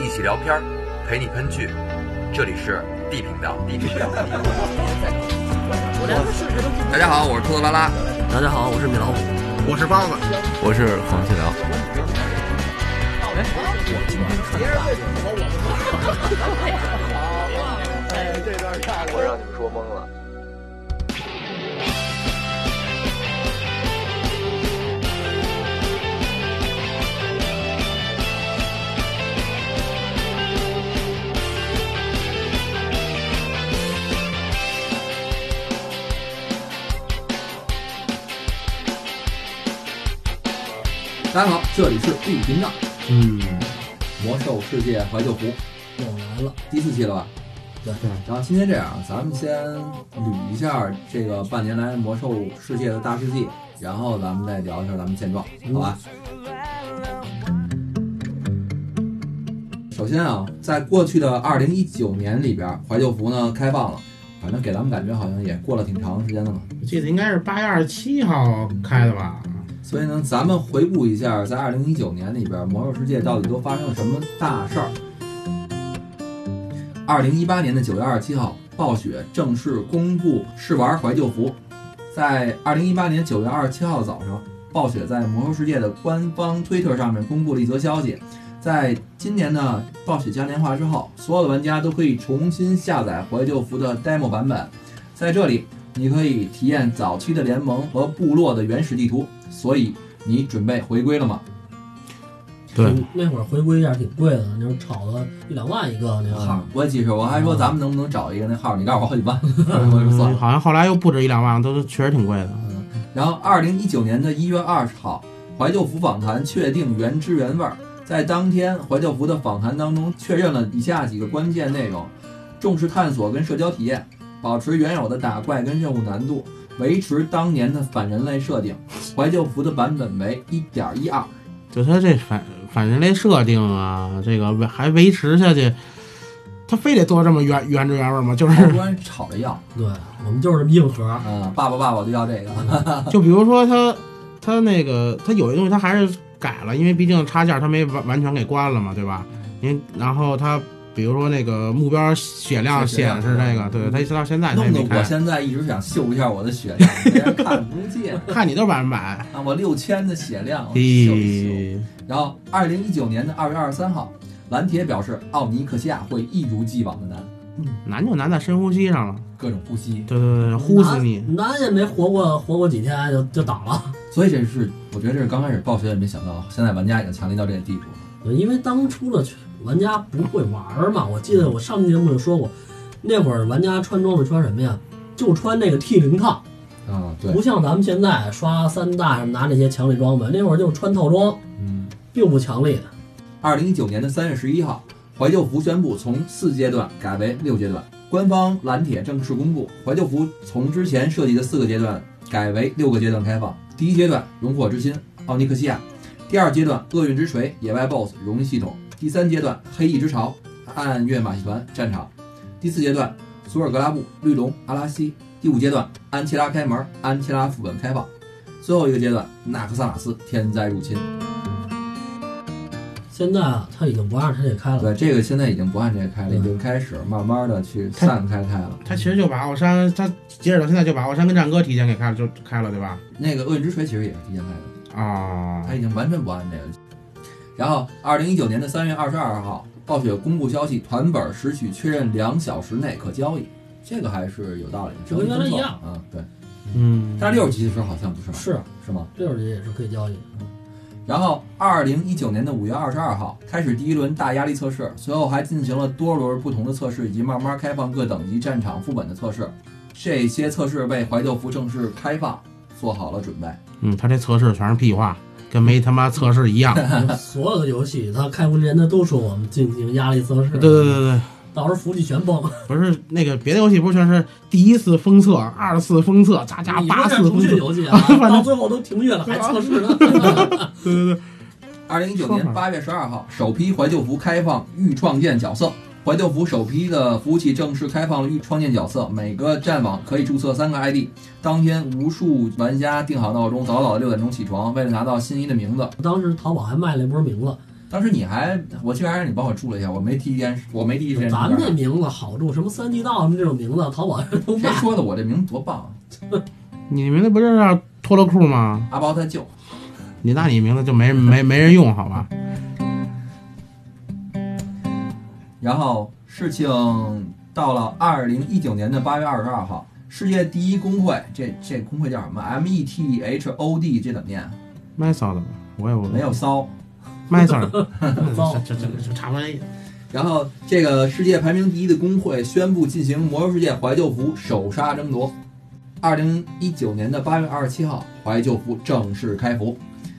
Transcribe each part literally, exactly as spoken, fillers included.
一起聊片，陪你喷剧。这里是 D 频道 ，D 频道。大家好，我是兔子拉拉。 大家好，我是米老虎。 我是包子。 我是黄细辽。 哎，这段太我让你们说懵了。 大家好，这里是 D 频道。嗯，魔兽世界怀旧服又来了， 第四期了吧？ 对对。然后今天这样，咱们先捋一下这个半年来魔兽世界的大事记，然后咱们再聊一下咱们现状，好吧？嗯、首先啊，在过去的二零一九年里边，怀旧服呢开放了，反正给咱们感觉好像也过了挺长时间的嘛。 我记得应该是八月二十七号开的吧。 所以呢，咱们回顾一下，在二零一九年里边，魔兽世界到底都发生了什么大事儿？二零一八年的九月二十七号，暴雪正式公布试玩怀旧服。在二零一八年九月二十七号早上，暴雪在魔兽世界的官方推特上面公布了一则消息，在今年的暴雪嘉年华之后，所有的玩家都可以重新下载怀旧服的 demo 版本。在这里，你可以体验早期的联盟和部落的原始地图。所以你准备回归了吗？ 对，那会儿回归一下挺贵的，那时候炒了一两万一个那个号。 我也记着，我还说咱们能不能找一个那号，你告诉我好几万，我就算了。 好像后来又不止一两万，都确实挺贵的。 嗯、然后二零一九年的一月二十号，怀旧服访谈确定原汁原味。在当天怀旧服的访谈当中，确认了以下几个关键内容：重视探索跟社交体验，保持原有的打怪跟任务难度。维持当年的反人类设定，怀旧服的版本为 一点一二。 就他这反反人类设定啊，这个还维持下去，他非得做这么原原汁原味吗？就是突然吵着要， 对我们就是这么硬核。 嗯，爸爸爸爸就要这个。 就比如说他他那个他有些东西他还是改了，因为毕竟插件他没完完全给关了嘛，对吧？因然后他。比如说那个目标血量显示这个，对，他到现在弄得我现在一直想秀一下我的血量，别人看不见， 看你都百分百啊！我六千的血量，秀一秀。然后，二零一九年的二月二十三号，蓝铁表示奥尼克西亚会一如既往的难， 嗯，难就难在深呼吸上了， 各种呼吸， 对对对，呼死你， 难也没活过活过几天就就倒了。 所以这是我觉得这是刚开始暴雪也没想到，现在玩家已经强烈到这个地步了。 对，因为当初的玩家不会玩嘛，我记得我上期节目就说过，那会儿玩家穿装备穿什么呀？就穿那个 T 零套啊，对， 不像咱们现在刷三大什么拿这些强力装备，那会儿就穿套装， 嗯， 并不强力。 二零一九年的三月十一号，怀旧服宣布从四阶段改为六阶段，官方蓝铁正式公布，怀旧服从之前设计的四个阶段改为六个阶段开放。第一阶段熔火之心奥尼克西亚，第二阶段厄运之锤野外 B O S S 荣誉系统。第三阶段黑翼之潮暗月马戏团战场，第四阶段索尔格拉布绿龙阿拉西，第五阶段安琪拉开门安琪拉副本开放，最后一个阶段纳克萨马斯天灾入侵。 现在啊，他已经不按他这开了。 对，这个现在已经不按这个开了，已经开始慢慢的去散开开了。 他其实就把奥山，他截止到现在就把奥山跟战歌提前给开了，就开了，对吧？ 那个厄运之锤其实也是提前开的啊， 他已经完全不按这个。然后，二零一九年的三月二十二号，暴雪公布消息，团本拾取确认两小时内可交易，这个还是有道理的， 这跟原来一样啊。对， 嗯， 但是六十级的时候好像不是吧？ 是是吗？ 六十级也是可以交易。 嗯。然后，二零一九年的五月二十二号开始第一轮大压力测试，随后还进行了多轮不同的测试，以及慢慢开放各等级战场副本的测试。这些测试为怀旧服正式开放做好了准备。 嗯，他这测试全是屁话。跟没他妈测试一样， 所有的游戏他开服之前他都说我们进行压力测试， 对对对对， 到时候服务器全崩。 不是那个别的游戏不是全是第一次封测、二次封测，加加八次封测游戏啊，到最后都停运了还测试呢。 对对对， 二零一九年八月十二号，首批怀旧服开放预创建角色。怀旧服首批的服务器正式开放了预创建角色，每个战网可以注册三个 I D。当天，无数玩家定好闹钟，早早的六点钟起床，为了拿到心仪的名字。 当时淘宝还卖了一波名字， 当时你还，我记得还让你帮我注了一下，我没第一天，我没第一时间。 咱们这名字好注，什么三季道什么这种名字，淘宝上都卖。 谁说的？我这名字多棒！ 你名字不是叫脱了裤吗？ 阿包他舅。 你那你名字就没没没人用，好吧？ 然后事情到了二零一九年的八月二十二号，世界第一工会，这这工会叫什么 ？M E T H O D， 这怎么念？ 麦骚的吧？我也不没有骚。 麦骚， 骚， 这这这差不多。 然后这个世界排名第一的工会宣布进行魔兽世界怀旧服首杀争夺。二零一九年的八月二十七号，怀旧服正式开服。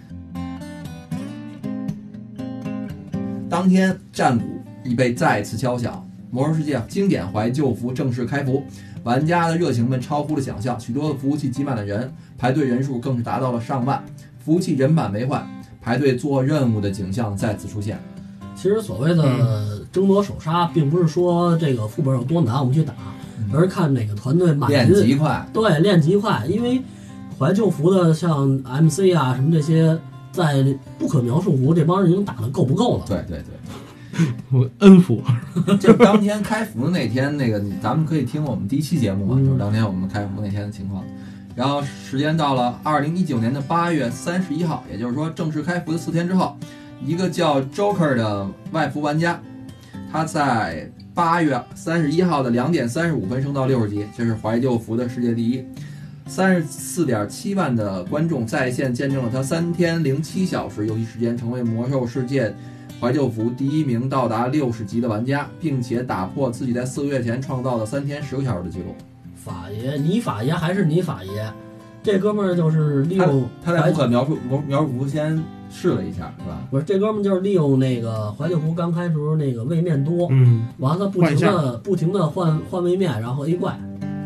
当天战鼓已被再次敲响，魔兽世界经典怀旧服正式开服，玩家的热情们超乎了想象，许多的服务器挤满了人，排队人数更是达到了上万，服务器人满为患，排队做任务的景象再次出现。 其实所谓的争夺首杀，并不是说这个副本有多难我们去打，而是看哪个团队满练级快。 对，练级快，因为怀旧服的像 M C 啊什么这些，在不可描述服这帮人已经打得够不够了。 对对对， 我恩服。 就当天开服的那天，那个咱们可以听我们第一期节目嘛，就是当天我们开服那天的情况。然后时间到了二零一九年的八月三十一号，也就是说正式开服的四天之后，一个叫 Joker 的外服玩家，他在八月三十一号的两点三十五分升到六十级，这是怀旧服的世界第一。三十四点七万的观众在线见证了他三天零七小时游戏时间，成为魔兽世界怀旧服第一名到达六十级的玩家，并且打破自己在四个月前创造的三天十个小时的记录。 法爷，你法爷还是你法爷？这哥们儿就是利用他在不可描述描述服先试了一下，是吧？ 不是，这哥们儿就是利用那个怀旧服刚开时候那个位面多， 嗯， 完了不停的不停的换换位面，然后 A 怪。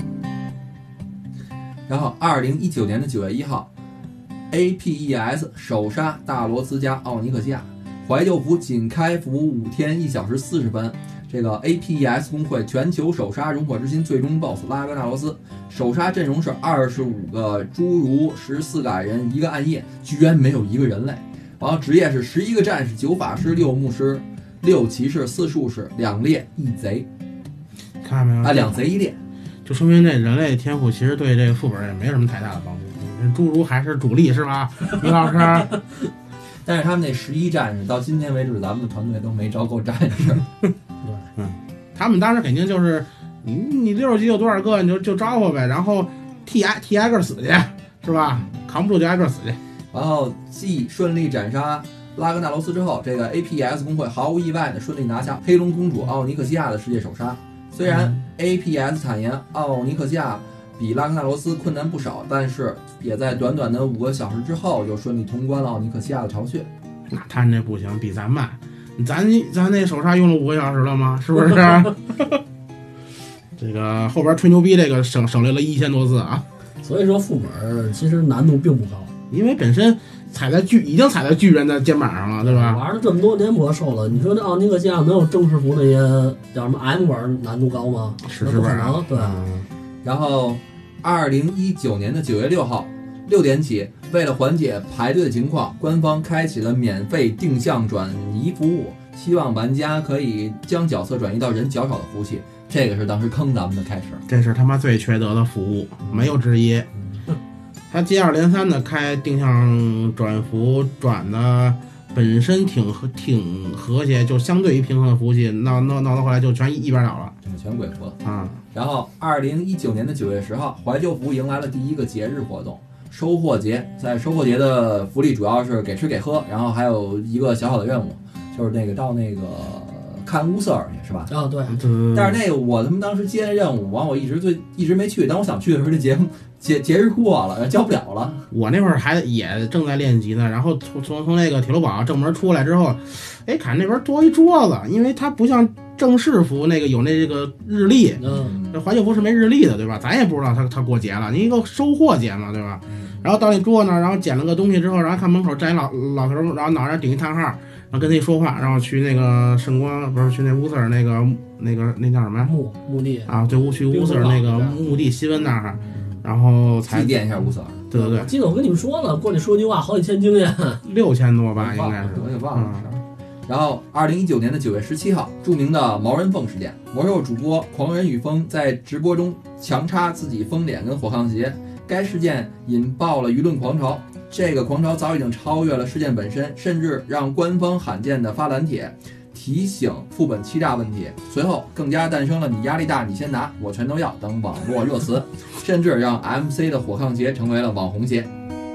然后二零一九年的九月一号 ，A P E S 首杀大罗斯加奥尼克西亚，怀旧服仅开服五天一小时四十分。这个 A P E S 工会全球首杀熔火之心最终 B O S S 拉格纳罗斯，首杀阵容是二十五个侏儒、十四个矮人、一个暗夜，居然没有一个人类。然后职业是十一个战士、九法师、六牧师、六骑士、四术士、两猎一贼。 看到没有？ 啊，两贼一猎， 就说明这人类天赋其实对这个副本也没什么太大的帮助。侏儒还是主力是吧，于老师？ 但是他们那十一战士到今天为止，咱们的团队都没招够战士。 嗯，他们当时肯定就是你你六十级有多少个你就就招呼呗，然后替挨替挨个死去是吧？扛不住就挨个死去。 然后继顺利斩杀拉格纳罗斯之后，这个 A P E S 工会毫无意外的顺利拿下黑龙公主奥尼克西亚的世界首杀。虽然 A P E S 坦言奥尼克西亚比拉格纳罗斯困难不少，但是也在短短的五个小时之后就顺利通关了奥尼克西亚的巢穴。 那他这不行，比咱慢。咱咱那首杀用了五个小时了吗？是不是？这个后边吹牛逼，这个省省略了一千多字啊。 所以说副本其实难度并不高， 因为本身踩在巨已经踩在巨人的肩膀上了，对吧？ 玩了这么多年魔兽了，你说这奥尼克西亚能有正式服那些叫什么 M 本难度高吗？ 实时本啊，对。 嗯、 然后，二零一九年的九月六号六点起，为了缓解排队的情况，官方开启了免费定向转移服务，希望玩家可以将角色转移到人较少的服务器。这个是当时坑咱们的开始， 这是他妈最缺德的服务，没有之一。他接二连三的开定向转服，转的本身挺和挺和谐，就相对于平衡的服务器，闹闹闹到后来就全一边倒了， 全鬼服了啊！ 然后，二零一九年的九月十号，怀旧服迎来了第一个节日活动——收获节。在收获节的福利主要是给吃给喝，然后还有一个小小的任务，就是那个到那个看乌瑟尔去，是吧？ 啊，对。 但是那个我他妈当时接的任务，完我一直最一直没去。当我想去的时候，这节目节节日过了，交不了了。 我那会儿还也正在练级呢，然后从从从那个铁路堡正门出来之后，哎，看那边多一桌子，因为它不像正式服那个有那个日历， 嗯， 这怀旧服是没日历的，对吧？咱也不知道他他过节了，你一个收获节嘛，对吧？然后到那桌子那儿，然后捡了个东西之后，然后看门口站一老老头，然后脑袋顶一叹号，然后跟他一说话，然后去那个圣光不是去那乌瑟尔那个那个那叫什么呀？ 墓墓地啊，对，去乌瑟尔那个墓地西温那儿，然后才祭奠一下乌瑟尔。 对对对， 记得我跟你们说了，过去说句话好几千经验， 六千多吧，应该是。 我也忘了。 然后，二零一九年的九月十七号，著名的毛人凤事件，魔兽主播狂人与风在直播中强插自己封脸跟火炕鞋，该事件引爆了舆论狂潮。这个狂潮早已经超越了事件本身，甚至让官方罕见的发蓝帖提醒副本欺诈问题。随后，更加诞生了"你压力大，你先拿，我全都要"等网络热词，甚至让 M C 的火炕鞋成为了网红鞋。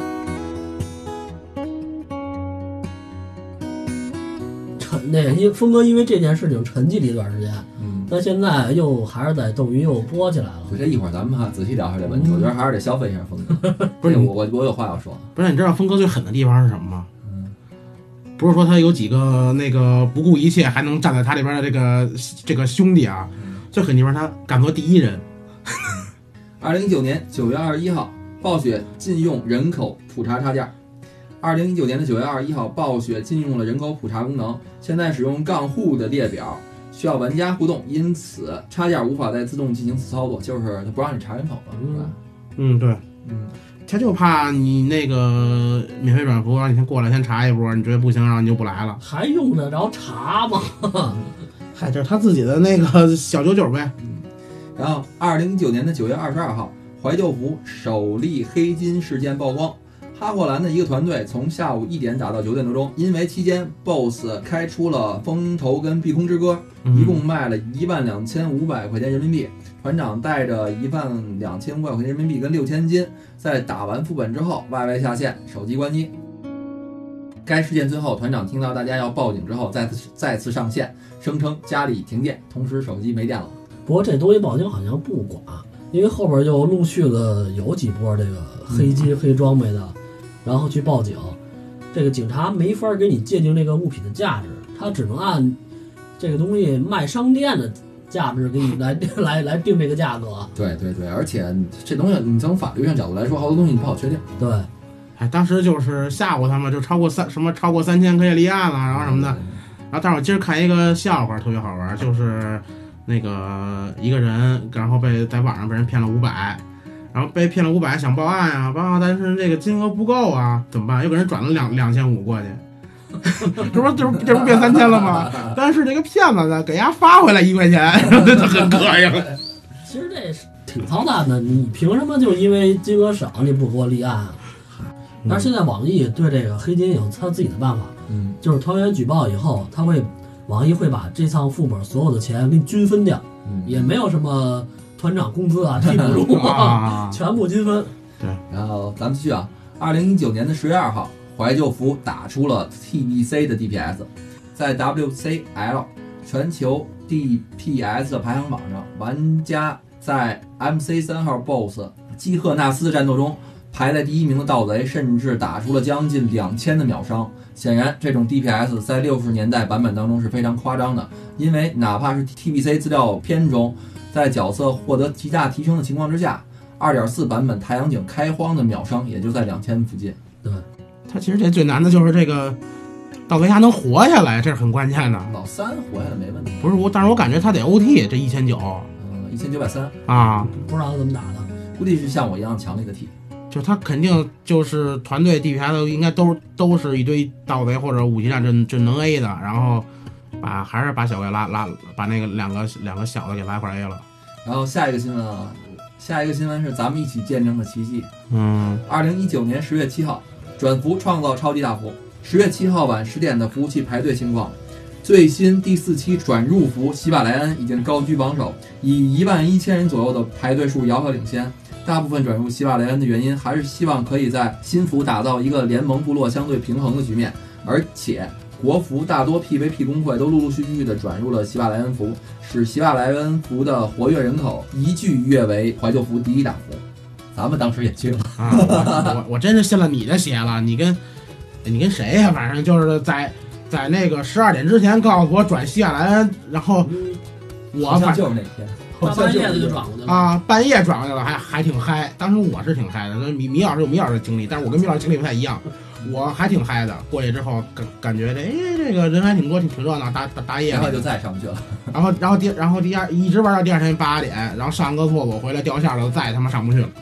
那个因峰哥因为这件事情沉寂了一段时间， 嗯， 但现在又还是在斗鱼又播起来了。 就这一会儿咱们哈仔细聊一下这问题，我觉得还是得消费一下峰哥。 不是我我我有话要说。 不是，你知道峰哥最狠的地方是什么吗？ 嗯， 不是说他有几个那个不顾一切还能站在他这边的这个这个兄弟啊， 嗯、 最狠地方他敢做第一人。 二零一九年九月二十一号，暴雪禁用人口普查插件。二零一九年的九月二十一号，暴雪禁用了人口普查功能，现在使用杠户的列表需要玩家互动，因此插件无法再自动进行此操作，就是它不让你查人口了，是吧？ 嗯，对， 嗯， 他就怕你那个免费转服，让你先过来先查一波，你觉得不行，然后你就不来了， 还用得着查吗？ 嗨，这是他自己的那个小九九呗。 嗯，然后二零一九年的九月二十二号，怀旧服首例黑金事件曝光。哈霍兰的一个团队从下午一点打到九点多钟，因为期间 B O S S 开出了风头跟碧空之歌，一共卖了一万两千五百块钱人民币。团长带着一万两千五百块钱人民币跟六千金，在打完副本之后 Y Y 下线，手机关机。该事件最后，团长听到大家要报警之后，再次再次上线，声称家里停电，同时手机没电了。 不过这东西报警好像不管，因为后边就陆续的有几波这个黑金、嗯、黑装备的。然后去报警，这个警察没法给你界定这个物品的价值，他只能按这个东西卖商店的价值给你来来来定这个价格。 对对对，而且这东西你从法律上角度来说，好多东西你不好确定。 对， 哎，当时就是吓唬他们，就超过三什么超过三千可以立案了，然后什么的。然后但是我今儿看一个笑话特别好玩，就是那个一个人然后被在网上被人骗了五百。然后被骗了五百，想报案啊，报案，但是这个金额不够啊，怎么办？又给人转了两两千五过去，这不这不这不变三千了吗？但是这个骗子呢，给人家发回来一块钱，这就很膈应。 其实这是挺操蛋的，你凭什么就因为金额少你不给我立案啊？但是现在网易对这个黑金有他自己的办法， 嗯，就是团员举报以后，他会网易会把这趟副本所有的钱给你均分掉， 嗯， 也没有什么。团长工资啊，替补助啊，全部均分。 对， 然后咱们继续啊。二零一九年的十月二号，怀旧服打出了 T B C 的 D P S， 在 W C L 全球 D P S 的排行榜上，玩家在 M C 三号 B O S S 基赫纳斯的战斗中，排在第一名的盗贼甚至打出了将近两千的秒伤。显然，这种 D P S 在六十年代版本当中是非常夸张的，因为哪怕是 T B C 资料片中。在角色获得极大提升的情况之下 ，二点四 版本太阳井开荒的秒伤也就在两千附近。 对， 他其实这最难的就是这个盗贼还能活下来，这是很关键的。 老三活下来没问题。 不是我，但是我感觉他得 O T 这一千九， 嗯，一千九百三啊， 不知道他怎么打的， 估计是像我一样强力的 T。 就他肯定就是团队 D P S 应该都都是一堆盗贼或者五级战这这能 A 的，然后。把还是把小怪拉拉，把那个两个两个小的给拉回来 A 了。 然后下一个新闻啊，下一个新闻是咱们一起见证的奇迹。 嗯， 二零一九年十月七号，转服创造超级大幅。十月七号晚十点的服务器排队情况，最新第四期转入服希伯莱恩已经高居榜首，以一万一千人左右的排队数遥遥领先。大部分转入希伯莱恩的原因还是希望可以在新服打造一个联盟部落相对平衡的局面，而且。国服大多 P V P 工会都陆陆续续的转入了希伯莱恩服，使希伯莱恩服的活跃人口一举跃为怀旧服第一大服。咱们当时也去了啊！我我我真是信了你的邪了，你跟你跟谁呀、啊？反正就是在在那个十二点之前告诉我转希伯莱恩，然后我好像就是那天， 大半夜的就转过去了啊，半夜转过去了，还还挺嗨。当时我是挺嗨的，米米老师有米老师的经历，但是我跟米老师经历不太一样。我还挺嗨的，过去之后感感觉这哎这个人还挺多，挺挺热闹，大大大夜， 然后就再上不去了。 然后然后第然后第二一直玩到第二天八点，然后上个厕所回来掉线了，再他妈上不去了。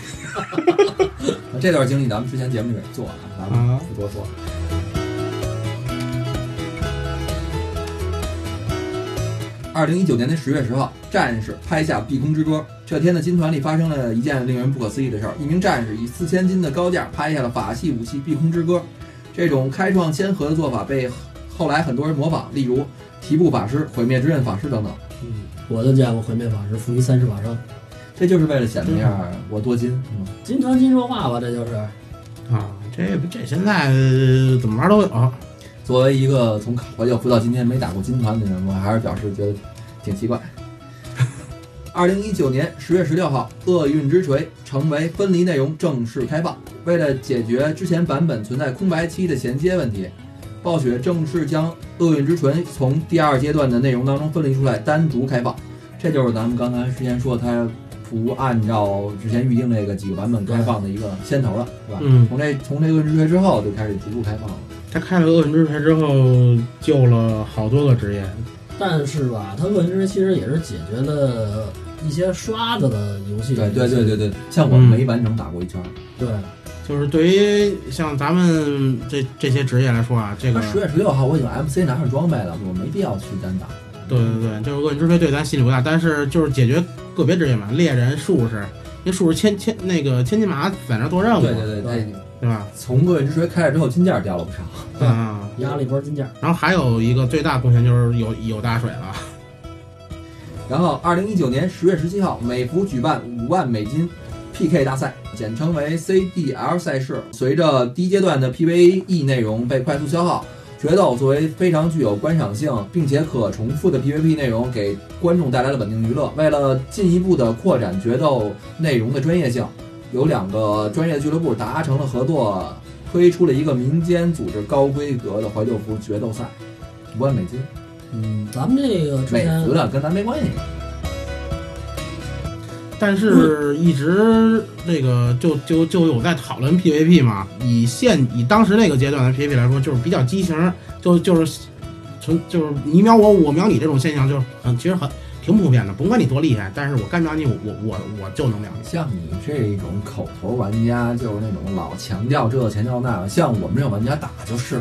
这段经历咱们之前节目里面做了，咱们不多说。 二零一九年的十月十号，战士拍下碧空之歌。这天的金团里发生了一件令人不可思议的事儿：一名战士以四千斤的高价拍下了法系武器碧空之歌。这种开创先河的做法被后来很多人模仿，例如提布法师、毁灭之刃法师等等。 嗯，我就见过毁灭法师负一三十法伤， 这就是为了显明下我多金，嗯， 金团金说话吧，这就是啊，这这现在怎么玩都有。 作为一个从怀旧服到今天没打过金团的人，我还是表示觉得挺奇怪。二零一九年十月十六号，厄运之锤成为分离内容正式开放。为了解决之前版本存在空白期的衔接问题，暴雪正式将厄运之锤从第二阶段的内容当中分离出来，单独开放。这就是咱们刚才之前说它不按照之前预定那个几个版本开放的一个先头了，是吧？ 嗯， 从这从这厄运之锤之后就开始逐步开放了。 他开了厄运之锤之后，救了好多个职业。 但是吧，它厄运之锤其实也是解决了一些刷子的游戏。 对对对对对，像我们没完整打过一圈。 对， 就是对于像咱们这这些职业来说啊，这个十月十六号我已经 M C 拿上装备了，我没必要去单打。 对对对，就是厄运之锤对咱吸引力不大，但是就是解决个别职业嘛，猎人、术士，因为术士千千那个千金马在那做任务， 对对对对， 对吧？ 从厄运之锤开了之后，金价掉了不少。 对啊， 压了一波金价。 然后还有一个最大贡献就是有有大水了。 然后，二零一九年十月十七号，美服举办五万美金 P K 大赛，简称为 C D L 赛事。随着第一阶段的 P V E 内容被快速消耗，决斗作为非常具有观赏性并且可重复的 P V P 内容，给观众带来了稳定娱乐。为了进一步的扩展决斗内容的专业性，有两个专业俱乐部达成了合作，推出了一个民间组织高规格的怀旧服决斗赛，五万美金。 嗯，咱们这个之美前服的跟咱没关系。 但是一直这个就就就有在讨论 P V P 嘛，以现以当时那个阶段的 P V P 来说，就是比较畸形，就就是纯就是你秒我我秒你这种现象，就是很其实很挺普遍的。甭管你多厉害，但是我干秒你，我我我我就能秒你。 像你这种口头玩家，就是那种老强调这强调那，像我们这种玩家打就是了。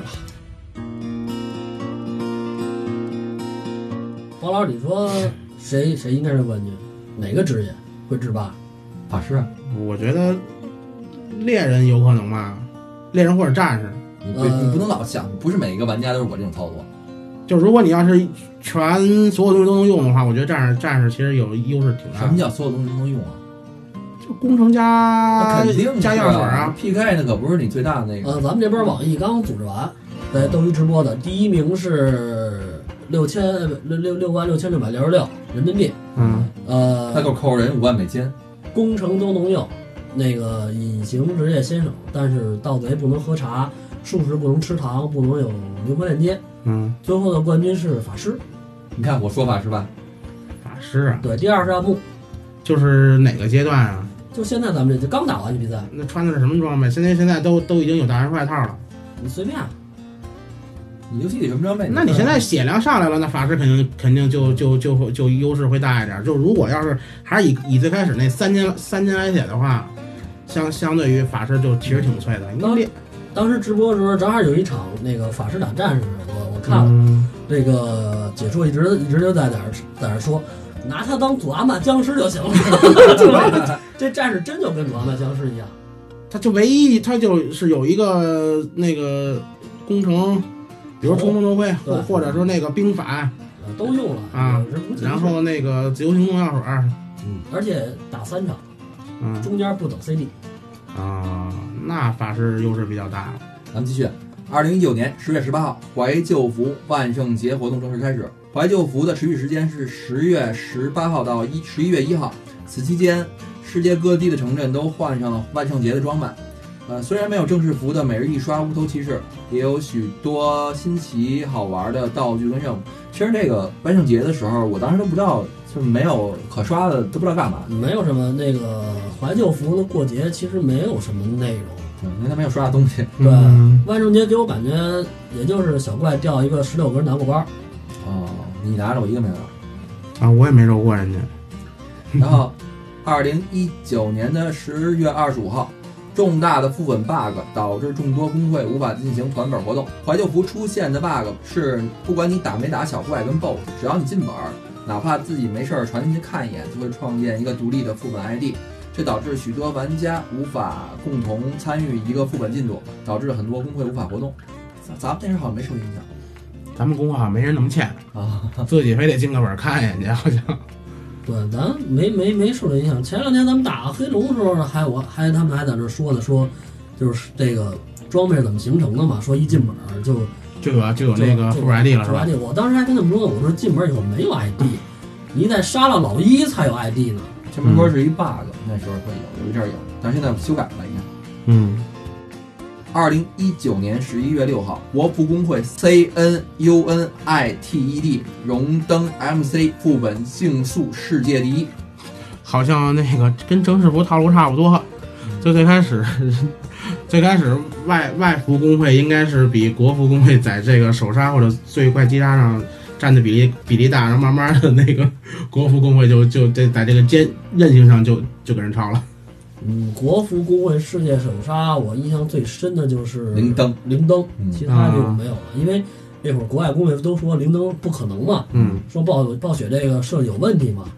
黄老师，你说谁谁应该是冠军？哪个职业会制霸？ 法师， 我觉得猎人有可能吧，猎人或者战士。 你不、呃、你不能老想，不是每一个玩家都是我这种操作。 就如果你要是全所有东西都能用的话，我觉得战士战士其实有优势挺大的。 什么叫所有东西都能用啊？ 就工程加肯定加药水啊 ！P K 那可不是你最大的那个。 呃，咱们这边网易刚组织完，在斗鱼直播的第一名是六千六六六万六千六百六十六人民币。 嗯， 呃， 那够扣人五万美金。 工程都能用，那个隐形职业先生，但是盗贼不能喝茶，术士不能吃糖，不能有灵魂链接。 嗯， 最后的冠军是法师。 你看我说法师吧， 法师啊， 对，第二是暗木。 就是哪个阶段啊？ 就现在咱们这就刚打完比赛。 那穿的是什么装备？现在现在都都已经有大人外套了。 你随便。 你游戏里什么装备？ 那你现在血量上来了，那法师肯定肯定就就就就就优势会大一点。就如果要是还是以以最开始那三千三千来血的话，相相对于法师就其实挺脆的。 当当时直播的时候，正好有一场那个法师打战士，我我看了，嗯、这个解说一直一直就在那儿在那儿说，拿他当祖阿曼僵尸就行了。这战士真就跟祖阿曼僵尸一样。 他就唯一他就是有一个那个工程。比如冲锋头盔，或或者说那个冰法， 都用了啊。然后那个自由行动药水， 嗯，而且打三场， 嗯， 中间不等 C D， 啊，那法师优势比较大。 咱们继续，二零一九年十月十八号，怀旧服万圣节活动正式开始。怀旧服的持续时间是十月十八号到一十一月一号，此期间，世界各地的城镇都换上了万圣节的装扮。呃，虽然没有正式服的每日一刷无头骑士，也有许多新奇好玩的道具跟任务。其实这个万圣节的时候，我当时都不知道，就是没有可刷的，都不知道干嘛。 没有什么那个怀旧服的过节，其实没有什么内容， 对，因为它没有刷的东西。 对， 嗯、 万圣节给我感觉也就是小怪掉一个十六根南瓜包。 哦，你拿着我一个没拿。 啊，我也没揉过人家。 然后，二零一九年的十月二十五号。重大的副本 bug 导致众多工会无法进行团本活动。怀旧服出现的 bug 是，不管你打没打小怪跟 boss， 只要你进本， 哪怕自己没事儿传进去看一眼，就会创建一个独立的副本 I D， 这导致许多玩家无法共同参与一个副本进度，导致很多工会无法活动。咱咱们那时候好像没受影响。 咱们工会好像没人那么欠啊， 自己非得进个本看一眼去，好像。 对，咱没没没受这影响。前两天咱们打黑龙的时候，还我还他们还在那说呢，说就是这个装备是怎么形成的嘛？说一进本就就有就有那个副本 I D 了，是吧？ 我当时还跟他们说，我说进本以后没有 I D， 你得杀了老一才有 I D 呢。 这么说是一 bug，、嗯、那时候会有，有一阵有，但是现在修改了应该。 嗯。 二零一九年十一月六号，国服工会 C N U N I T E D 荣登 M C 副本竞速世界第一， 好像那个跟正式服套路差不多。就最开始，最开始外外服工会应该是比国服工会在这个首杀或者最快击杀上占的比例比例大，然后慢慢的那个国服工会就就在在这个坚韧性上就就给人超了。 嗯，国服工会世界首杀，我印象最深的就是灵灯， 灵灯， 嗯、 其他就没有了，因为那会儿国外工会都说灵灯不可能嘛， 嗯， 说暴暴雪这个设计有问题嘛。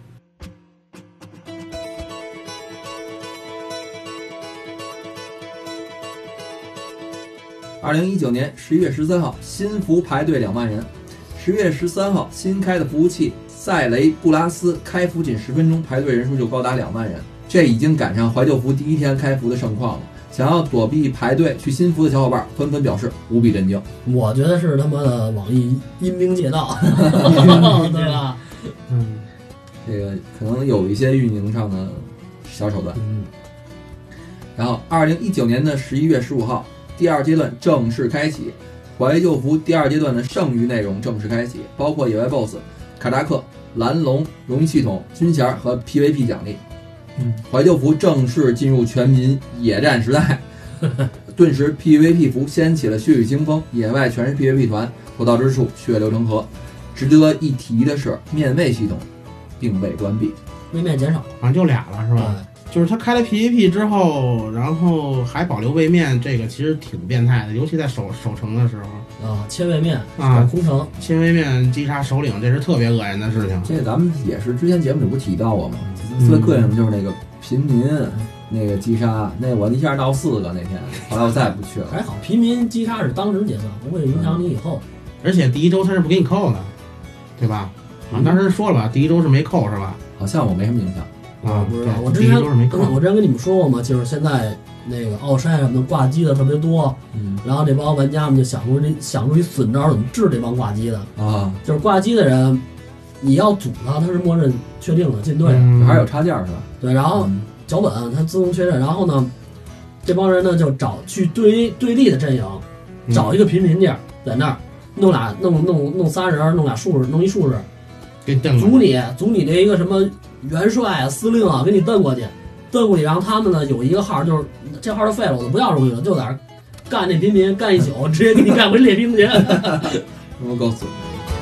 二零一九年十一月十三号，新服排队两万人。十月十三号，新开的服务器赛雷布拉斯开服仅十分钟，排队人数就高达两万人。这已经赶上怀旧服第一天开服的盛况了。想要躲避排队去新服的小伙伴纷纷表示无比震惊。 我觉得是他妈的网易阴兵借道，对吧？ 嗯，这个可能有一些运营上的小手段。 嗯。 然后，二零一九年的十一月十五号，第二阶段正式开启，怀旧服第二阶段的剩余内容正式开启，包括野外 B O S S、卡扎克、蓝龙、荣誉系统、军衔和 P V P 奖励。 嗯， 怀旧服正式进入全民野战时代，顿时 P V P 服掀起了血雨腥风，野外全是 P V P 团，所到之处血流成河。值得一提的是，面位系统并未关闭， 位面减少， 好像就俩了，是吧？就是他开了 P V P 之后，然后还保留位面，这个其实挺变态的，尤其在守守城的时候啊，切位面啊， 空城切位面击杀首领，这是特别恶心的事情。 这咱们也是之前节目里不提到过吗？最膈应的就是那个平民、嗯、那个击杀，那我一下闹四个那天，后来我再也不去了。 还好平民击杀是当时结算，不会影响你以后。 而且第一周他是不给你扣的，对吧？啊，当时说了吧，第一周是没扣是吧？ 好像我没什么影响。 啊，不知道，我之前我之前跟你们说过嘛，就是现在那个奥筛什么的挂机的特别多， 嗯， 然后这帮玩家们就想出这想出一损招，怎么治这帮挂机的啊？ 就是挂机的人，你要组他，他是默认确定的进队， 嗯、 还是有插件是吧？ 对，然后脚本它自动确认，然后呢，这帮人呢就找去对对立的阵营，找一个平民地儿，在那儿弄俩弄弄弄仨人，弄俩术士，弄一术士， 给蹬组你组你的一个什么元帅啊、司令啊，给你蹬过去，蹬过去，然后他们呢有一个号，就是这号就废了，我就不要荣誉了，就在那干那平民干一宿，直接给你干回列兵去。 我告诉你，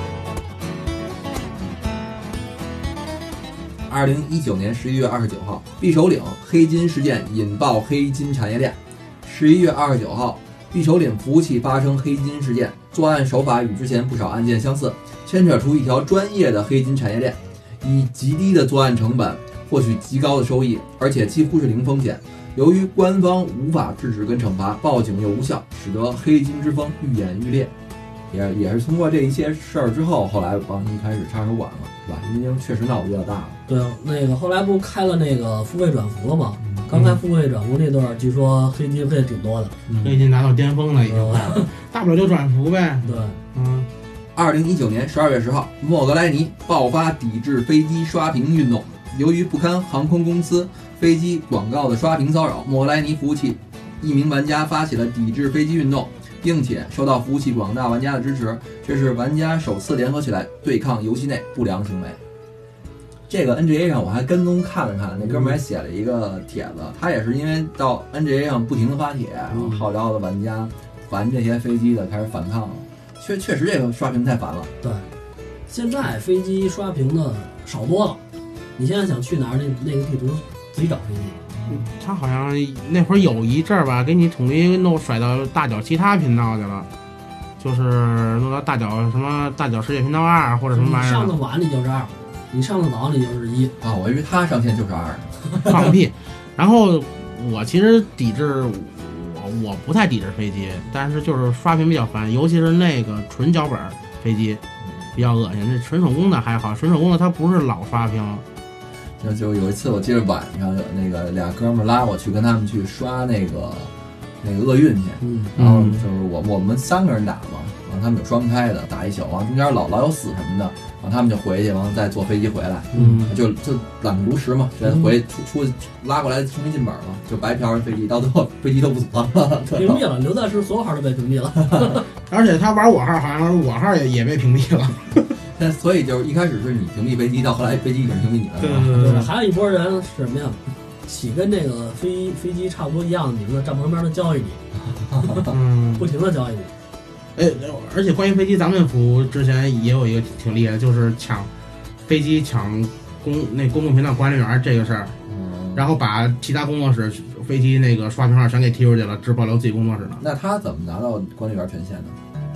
二零一九年十一月二十九号，匕首岭黑金事件引爆黑金产业链。十一月二十九号，匕首岭服务器发生黑金事件，作案手法与之前不少案件相似，牵扯出一条专业的黑金产业链。以极低的作案成本获取极高的收益，而且几乎是零风险。由于官方无法制止跟惩罚，报警又无效，使得黑金之风愈演愈烈。也也是通过这一些事儿之后，后来网易开始插手管了，是吧？因为确实闹得比较大了。 对，那个后来不开了那个付费转服了吗？嗯、刚开付费转服那段，据说黑金黑的挺多的， 嗯、黑金达到巅峰了已经，嗯、大不了就转服呗。 对， 嗯。 二零一九年十二月十号，莫格莱尼爆发抵制飞机刷屏运动。由于不堪航空公司飞机广告的刷屏骚扰，莫格莱尼服务器一名玩家发起了抵制飞机运动，并且受到服务器广大玩家的支持。这是玩家首次联合起来对抗游戏内不良行为。这个 N G A 上我还跟踪看了看，那哥们还写了一个帖子，他也是因为到 N G A 上不停的发帖，然后号召的玩家烦这些飞机的开始反抗了。确确实这个刷屏太烦了。 对，现在飞机刷屏的少多了。你现在想去哪儿，那那个地图自己找飞机。 嗯，他好像那会儿有一阵儿吧，给你统一弄甩到大脚其他频道去了，就是弄到大脚什么大脚世界频道二或者什么玩意儿。 上的晚你就这样。 你上的早你就是一啊，我以为他上线就是二， 放屁。然后我其实抵制我我不太抵制飞机，但是就是刷屏比较烦，尤其是那个纯脚本飞机比较恶心。这纯手工的还好，纯手工的它不是老刷屏。 就就有一次我记得晚上有那个俩哥们儿拉我去跟他们去刷那个那个厄运去， 嗯， 然后就是我我们三个人打嘛，然后他们有双开的打一宿，完中间老老有死什么的，然后他们就回去，完了再坐飞机回来， 嗯， 就就懒不如实嘛，觉得回出出拉过来重新进本嘛，就白嫖飞机，到最后飞机都不组了， 屏蔽了，刘在石所有号都被屏蔽了， 而且他玩我号好像我号也也被屏蔽了。 但所以就是一开始是你屏蔽飞机，到后来飞机已经屏蔽你了。 对对对对，还有一波人是什么呀？起跟这个飞飞机差不多一样的名字，站旁边的交易你， 嗯， 不停的交易你。 哎，而且关于飞机，咱们服之前也有一个挺厉害的，就是抢飞机、抢公那公共频道管理员这个事儿， 嗯， 然后把其他工作室飞机那个刷屏号全给踢出去了，只保留自己工作室了。 那他怎么拿到管理员权限呢？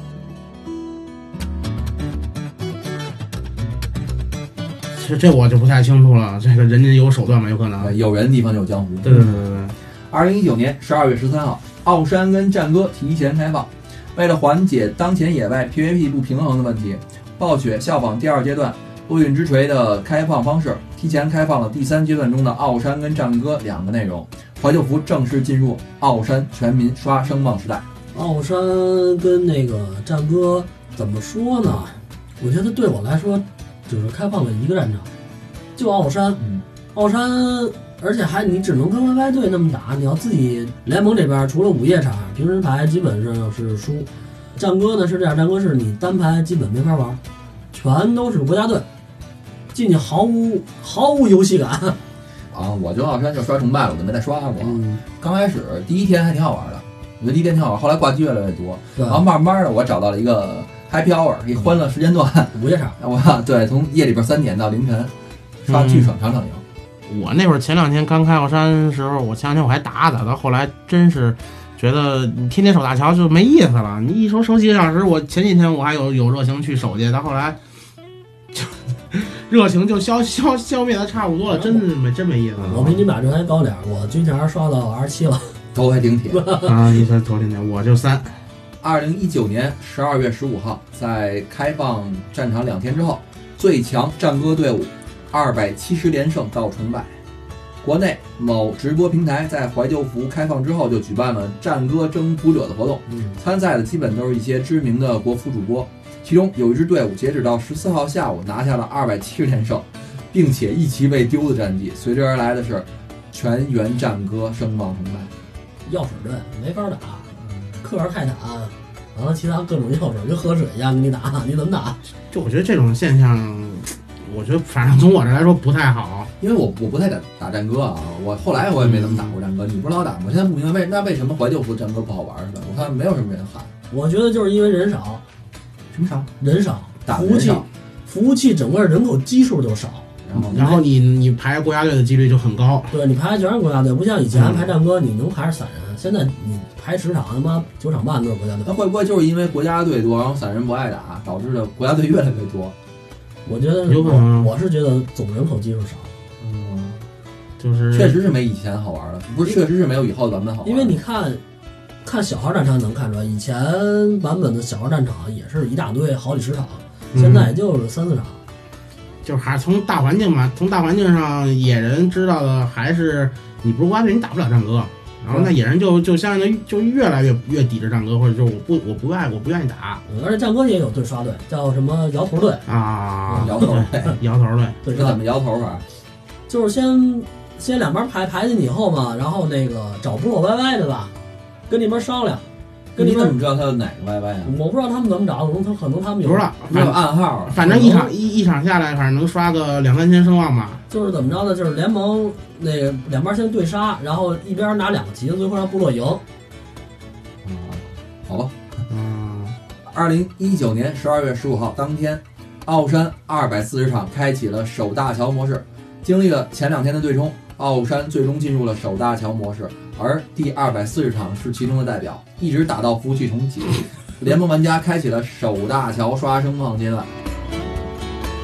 这这我就不太清楚了，这个人家有手段吗？有可能。 有人的地方就有江湖。 对对对对对。 二零一九年十二月十三号，奥山跟战歌提前开放。为了缓解当前野外 P V P 不平衡的问题，暴雪效仿第二阶段厄运之锤的开放方式，提前开放了第三阶段中的奥山跟战歌两个内容。怀旧服正式进入奥山全民刷声望时代。 奥山跟那个战歌怎么说呢？我觉得对我来说，只是开放了一个战场，就奥山。 嗯， 奥山，而且还你只能跟 Y Y 队那么打，你要自己联盟这边除了午夜场，平时牌基本上是输。战歌呢是这样，战歌是你单排基本没法玩，全都是国家队，进去毫无毫无游戏感。 啊，我就奥山就刷崇拜了，我就没再刷过。 嗯， 刚开始第一天还挺好玩的，我觉得第一天挺好玩，后来挂机越来越多， 对， 然后慢慢的我找到了一个 Happy Hour 一个欢乐时间段， 午夜场， 我对从夜里边三点到凌晨刷巨爽，场场赢。 我那会儿前两天刚开奥山的时候，我前两天我还打打，到后来真是觉得你天天守大桥就没意思了。你一守守几个小时，我前几天我还有有热情去守去，到后来就热情就消消消灭的差不多了，真是没真没意思了。 我比你把这还高点，我军衔刷到 R 七了， 头还顶铁啊！你说头天天我就三。 二零一九年十二月十五号，在开放战场两天之后，最强战歌队伍二百七十连胜到崇拜。国内某直播平台在怀旧服开放之后就举办了战歌征服者的活动， 嗯， 参赛的基本都是一些知名的国服主播，其中有一支队伍截止到十四号下午拿下了二百七十连胜，并且一旗未丢的战绩，随之而来的是全员战歌声望崇拜。 药水队没法打，克尔泰坦，完了其他各种药水跟河水一样给你打，你怎么打？ 就我觉得这种现象，我觉得反正从我这来说不太好。 因为我我不太打打战歌啊，我后来我也没怎么打过战歌，你不是老打吗？我现在不明白为那为什么怀旧服战歌不好玩似的？我看没有什么人喊， 我觉得就是因为人少， 什么少？ 人少， 打服务器人少， 服务器整个人口基数就少。 然后然后你你排国家队的几率就很高。 对你排全是国家队，不像以前排战歌你能排着散人，现在你排十场他妈九场半都是国家队。 那会不会就是因为国家队多，然后散人不爱打，导致的国家队越来越多？ 我觉得有可能我，我是觉得总人口基数少， 嗯， 就是确实是没以前好玩了，不是，确实是没有以后的版本好玩。 因为你看，看小号战场能看出来，以前版本的小号战场也是一大堆好几十场，现在也就是三四场。 就是还是从大环境嘛，从大环境上，野人知道的还是你不是国家队，你打不了战歌。然后那野人就就相应的就越来越越抵制战歌，或者就是我不我不爱我不愿意打。 而且战歌也有队刷队，叫什么摇头队啊， 摇头队， 摇头队， 对刷这怎么摇头法？ 就是先先两边排排进去以后嘛，然后那个找部落 Y Y 对吧？跟那边商量，跟那边你怎么知道他是哪个 Y Y 啊？ 我不知道他们怎么找，可能他可能他们有不知道， 没有反暗号啊？ 反正一场一一场下来，反正能刷个两三千声望吧。 就是怎么着呢？就是联盟那个两边先对杀，然后一边拿两个旗子，最后让部落赢。 啊，好吧。 嗯， 二零一九年十二月十五号当天，奥山二百四十场开启了守大桥模式。经历了前两天的对冲，奥山最终进入了守大桥模式，而第二百四十场是其中的代表，一直打到服务器重启。联盟玩家开启了守大桥刷声望阶段。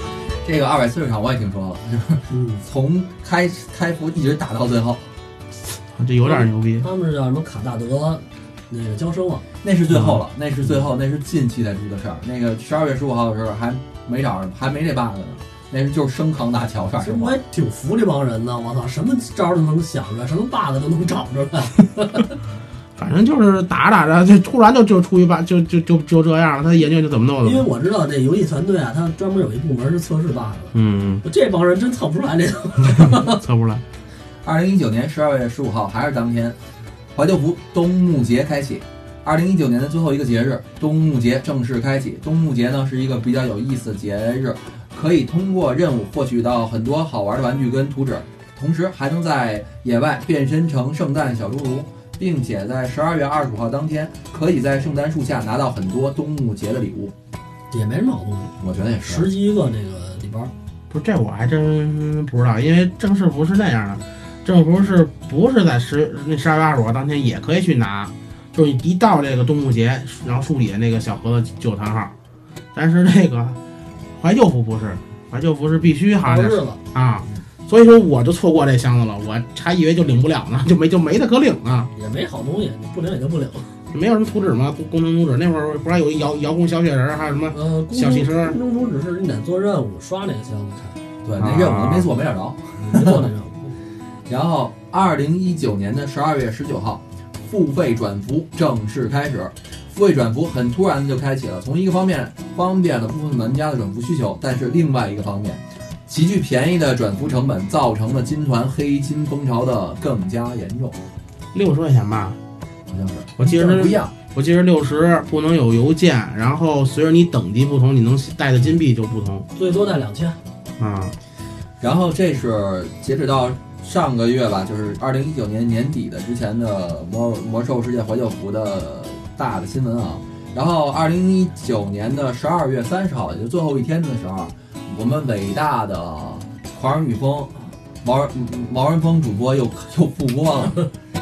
这个二百四十场我也听说了，就是嗯， 从开开服一直打到最后， 这有点牛逼。 他们是叫什么卡大德那个交生了， 那是最后了，那是最后，那是近期才出的事儿。那个十二月十五号的时候还没找着，还没这 bug 呢，那是就是升扛大桥上其实我也挺服这帮人的，我操，什么招儿都能想着，什么 bug 都能找着来。 反正就是打着打着，就突然就就出一把，就就就就这样了。他研究就怎么弄的。 因为我知道这游戏团队啊，他专门有一部门是测试 bug 的。 嗯， 这帮人真测不出来这个。 测不出来。 二零一九年十二月十五号还是当天，怀旧服冬木节开启。二零一九年的最后一个节日，冬木节正式开启。冬木节呢是一个比较有意思的节日，可以通过任务获取到很多好玩的玩具跟图纸，同时还能在野外变身成圣诞小侏儒。并且在十二月二十五号当天，可以在圣诞树下拿到很多冬木节的礼物， 也没什么好东西。 我觉得也是十几个那个礼包， 不是这我还真不知道，因为正式服是那样的，正式服是不是在十那十二月二十五号当天也可以去拿，就是一到这个冬木节，然后树底下那个小盒子就有叹号，但是这个怀旧服不是，怀旧服是必须好像日子啊。所以说我就错过这箱子了，我还以为就领不了呢，就没就没得可领啊， 也没好东西，你不领也就不领。 没有什么图纸吗？工工程图纸那会儿不是还有一遥遥控小雪人，还有什么呃小汽车？ 工程图纸是你得做任务刷那个箱子开， 对，那任务都没做，没找着， 没做那任务。 然后二零一九年的十二月十九号，付费转服正式开始。付费转服很突然的就开启了，从一个方面方便了部分玩家的转服需求，但是另外一个方面，极具便宜的转服成本造成了金团黑金风潮的更加严重。 六十块钱吧， 好像是， 我记得是不一样。 我记得六十不能有邮件，然后随着你等级不同，你能带的金币就不同， 最多带两千啊。 然后这是截止到上个月吧，就是二零一九年年底的之前的魔魔兽世界怀旧服的大的新闻啊。然后二零一九年的十二月三十号，也就最后一天的时候，我们伟大的狂人与风毛人毛人风主播又又复播了。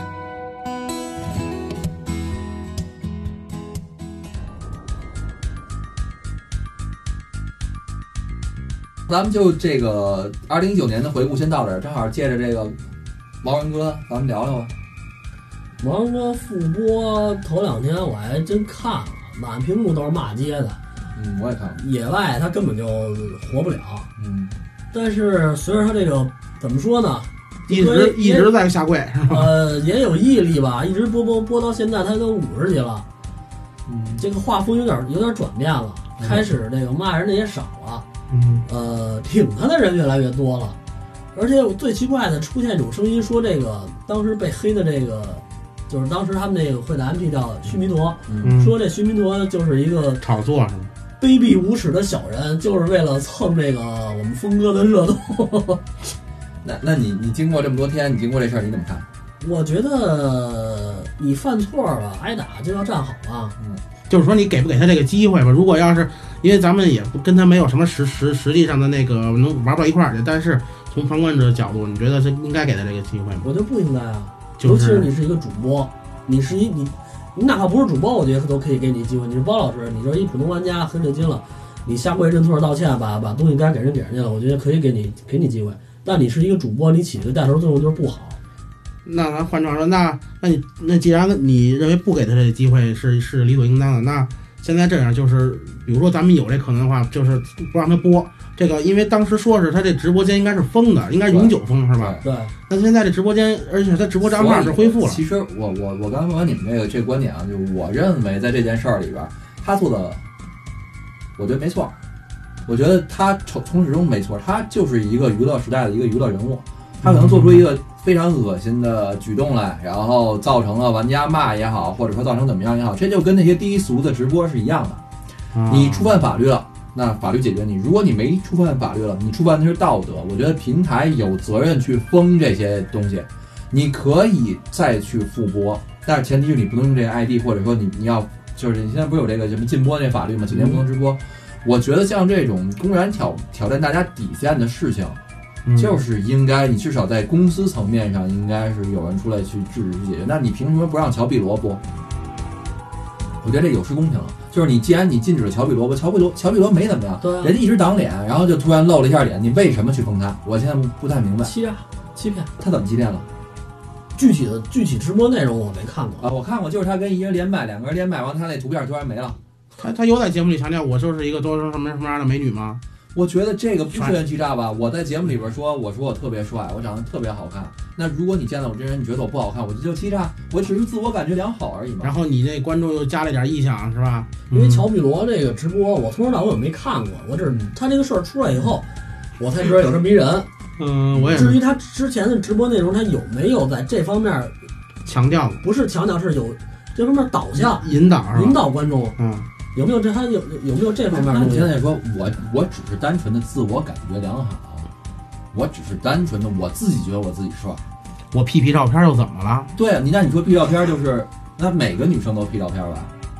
咱们就这个二零一九年的回顾先到这儿，正好借着这个毛人哥，咱们聊聊吧。 毛人哥复播头两天我还真看了，满屏幕都是骂街的。 嗯，我也看了。 野外他根本就活不了。 嗯， 但是随着他这个怎么说呢， 一直一直在下跪， 呃，也有毅力吧，一直播播播到现在，他都五十集了。嗯，这个画风有点有点转变了，开始这个骂人的也少了。 嗯， 呃，挺他的人越来越多了，而且最奇怪的出现一种声音说，这个当时被黑的这个，就是当时他们那个会的 M P 叫须弥陀， 嗯、 说这须弥陀就是一个炒作是吗？ 卑鄙无耻的小人，就是为了蹭这个我们峰哥的热度。 那那你你经过这么多天，你经过这事儿，你怎么看？ 我觉得你犯错了，挨打就要站好啊。 嗯。 就是说你给不给他这个机会吧？如果要是因为咱们也不跟他没有什么实实实际上的那个能玩到一块儿去，但是从旁观者的角度，你觉得是应该给他这个机会吗？ 我觉得不应该啊， 就是、 尤其是你是一个主播，你是一你你哪怕不是主播，我觉得都可以给你机会。你是包老师，你就是一普通玩家，很水晶了，你下跪认错道歉，把把东西该给人给人家了，我觉得可以给你给你机会。但你是一个主播，你起这个带头作用就是不好。 那咱换句话说，那那你那既然你认为不给他这个机会是是理所应当的，那现在这样就是，比如说咱们有这可能的话，就是不让他播这个，因为当时说是他这直播间应该是封的，应该是永久封是吧？ 对。 那现在这直播间，而且他直播账号是恢复了。 其实我我我刚才问完你们这个这个观点啊，就我认为在这件事儿里边，他做的，我觉得没错。我觉得他从从始终没错，他就是一个娱乐时代的一个娱乐人物，他可能做出一个非常恶心的举动来，然后造成了玩家骂也好，或者说造成怎么样也好，这就跟那些低俗的直播是一样的。 啊、 你触犯法律了，那法律解决你；如果你没触犯法律了，你触犯的是道德。我觉得平台有责任去封这些东西，你可以再去复播，但是前提是你不能用这个 I D， 或者说你你要就是你现在不是有这个什么禁播这法律吗？几年不能直播。我觉得像这种公然挑挑战大家底线的事情， 嗯、 就是应该你至少在公司层面上应该是有人出来去制止去解决。那你凭什么不让乔碧罗播？ 我觉得这有失公平了。就是你既然你禁止了乔碧萝卜，乔碧萝乔碧萝没怎么样， 对啊人家一直挡脸，然后就突然露了一下脸，你为什么去封他？我现在不不太明白， 欺啊欺骗。 他怎么欺骗了？ 具体的具体直播内容我没看过啊，我看过，就是他跟一人连麦，两个人连麦完，他那图片突然没了。 他他有在节目里强调我就是一个多什么什么样的美女吗？ 我觉得这个不是人欺诈吧？我在节目里边说，我说我特别帅，我长得特别好看。那如果你见到我真人，你觉得我不好看，我这就欺诈，我只是自我感觉良好而已嘛。 然后你这观众又加了点臆想，是吧？ 因为乔碧萝这个直播，我从头到尾没看过，我只是他这个事儿出来以后，我才知道有这么一人。 嗯，我也至于他之前的直播内容，他有没有在这方面强调了， 不是强调，是有这方面导向、 引导、 引导观众。 嗯， 有没有这他有有没有这方面的东西？ 你现在说我我只是单纯的自我感觉良好，我只是单纯的我自己觉得我自己帅。 我 P P 照片又怎么了？ 对啊，你那你说 P 照片就是，那每个女生都 P 照片吧？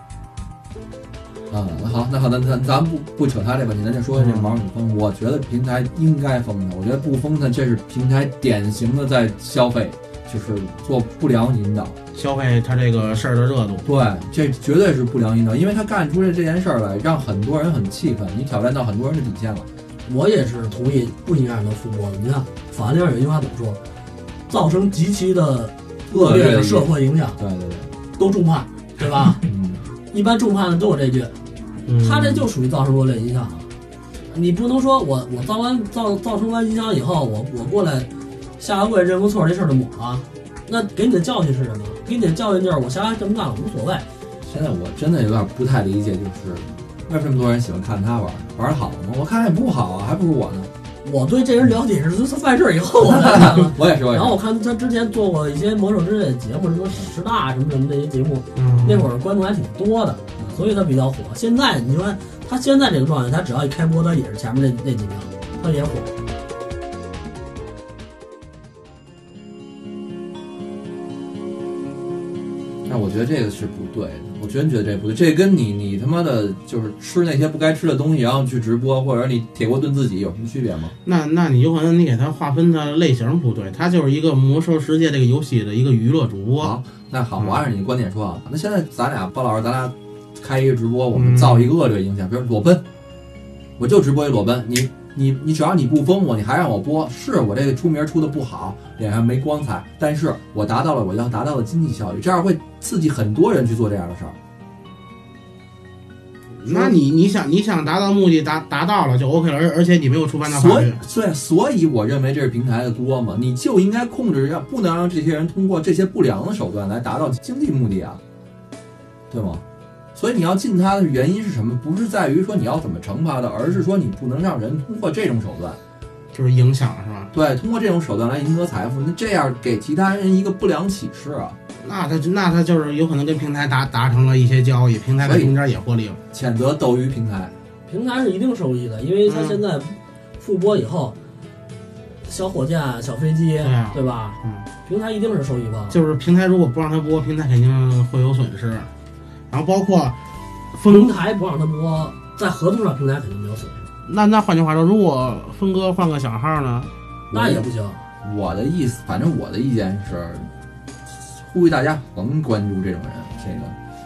啊，那好，那好，那咱咱不不扯他这问题，咱就说这毛女封。我觉得平台应该封他，我觉得不封他，这是平台典型的在消费，就是做不良引导， 消费他这个事儿的热度。 对，这绝对是不良引导，因为他干出这这件事儿来，让很多人很气愤，你挑战到很多人的底线了。 我也是同意不应该让他复播的。你看法律上有一句话怎么说？造成极其的恶劣的社会影响， 对对对， 都重判，对吧？ 嗯， 一般重判的都有这句， 嗯、 他这就属于造成恶劣影响了。你不能说我我造完造造成完影响以后，我我过来下个跪认个错，这事儿就抹了。那给你的教训是什么？给你的教训就是我下回这么干了无所谓。 现在我真的有点不太理解，就是为什么这么多人喜欢看他玩玩好吗？我看也不好啊，还不如我呢。 我对这人了解是他犯事以后我才看的。 我也是，我也是。 然后我看他之前做过一些魔兽之类的节目，什么小师大什么什么这些节目， 嗯、 那会儿观众还挺多的，所以他比较火。现在你说他现在这个状态，他只要一开播，他也是前面那那几名，他也火。 但我觉得这个是不对的，我真觉得这不对，这跟你你他妈的就是吃那些不该吃的东西，然后去直播，或者你铁锅炖自己有什么区别吗？ 那那你有可能你给他划分的类型不对，他就是一个魔兽世界这个游戏的一个娱乐主播。 好，那好，我按照你的观点说啊，那现在咱俩包老师，咱俩开一个直播，我们造一个恶劣影响，比如裸奔，我就直播一裸奔，你你你只要你不封我，你还让我播，是我这个出名出的不好，脸上没光彩，但是我达到了我要达到的经济效益，这样会刺激很多人去做这样的事儿。 那你你想你想达到目的达达到了就 OK 了，而而且你没有触犯到法律。 所以对，所以我认为这是平台的锅嘛，你就应该控制，让不能让这些人通过这些不良的手段来达到经济目的啊，对吗？所以你要禁他的原因是什么？不是在于说你要怎么惩罚他，而是说你不能让人通过这种手段， 就是影响是吧？ 对，通过这种手段来赢得财富，那这样给其他人一个不良启示啊。 那他那他就是有可能跟平台达达成了一些交易，平台在中间也获利了。 谴责斗鱼平台， 平台是一定受益的，因为他现在复播以后，嗯、小火箭、小飞机，对、啊、对吧？ 嗯， 平台一定是受益方。 就是平台如果不让他播，平台肯定会有损失。然后包括平台不让他播，在合同上平台肯定没有损失。 那那换句话说，如果峰哥换个小号呢？ 那也不行。 我的意思，反正我的意见是，呼吁大家甭关注这种人。这个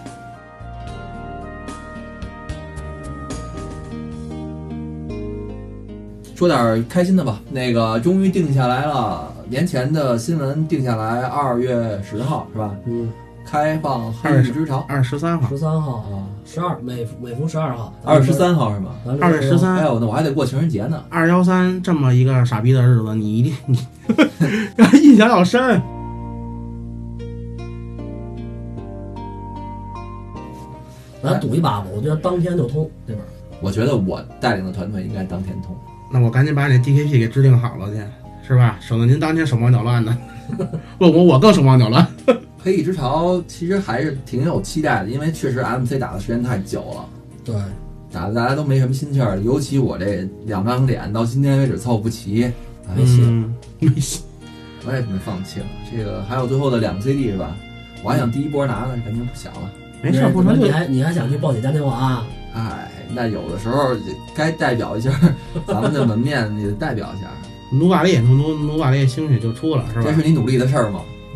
说点开心的吧，那个终于定下来了，年前的新闻定下来，二月十号是吧？ 嗯。 开放黑玉之潮， 二十三号， 十三号啊，十二每每逢十二号， 二十三号是吗？ 二月十三， 哎呦，那我还得过情人节呢。 二幺三这么一个傻逼的日子，你一定你印象要深。 咱赌一把吧，我觉得当天就通这边。 我觉得我带领的团队应该当天通。 那我赶紧把你 D K P 给制定好了去，是吧？省得您当天手忙脚乱的。问我，我更手忙脚乱。 黑翼之潮其实还是挺有期待的，因为确实 M C 打的时间太久了， 对， 打的大家都没什么心气儿，尤其我这两张脸到今天为止凑不齐， 没戏， 嗯、没戏， 我也准备放弃了。这个还有最后的两个 C D 是吧？我还想第一波拿呢，感觉不想了。 没事，不能你还你还想去报姐嘉年华啊？ 哎，那有的时候该代表一下咱们的门面，也得代表一下。 努瓦利努努努瓦利兴许就出了，是吧？ 这是你努力的事儿吗？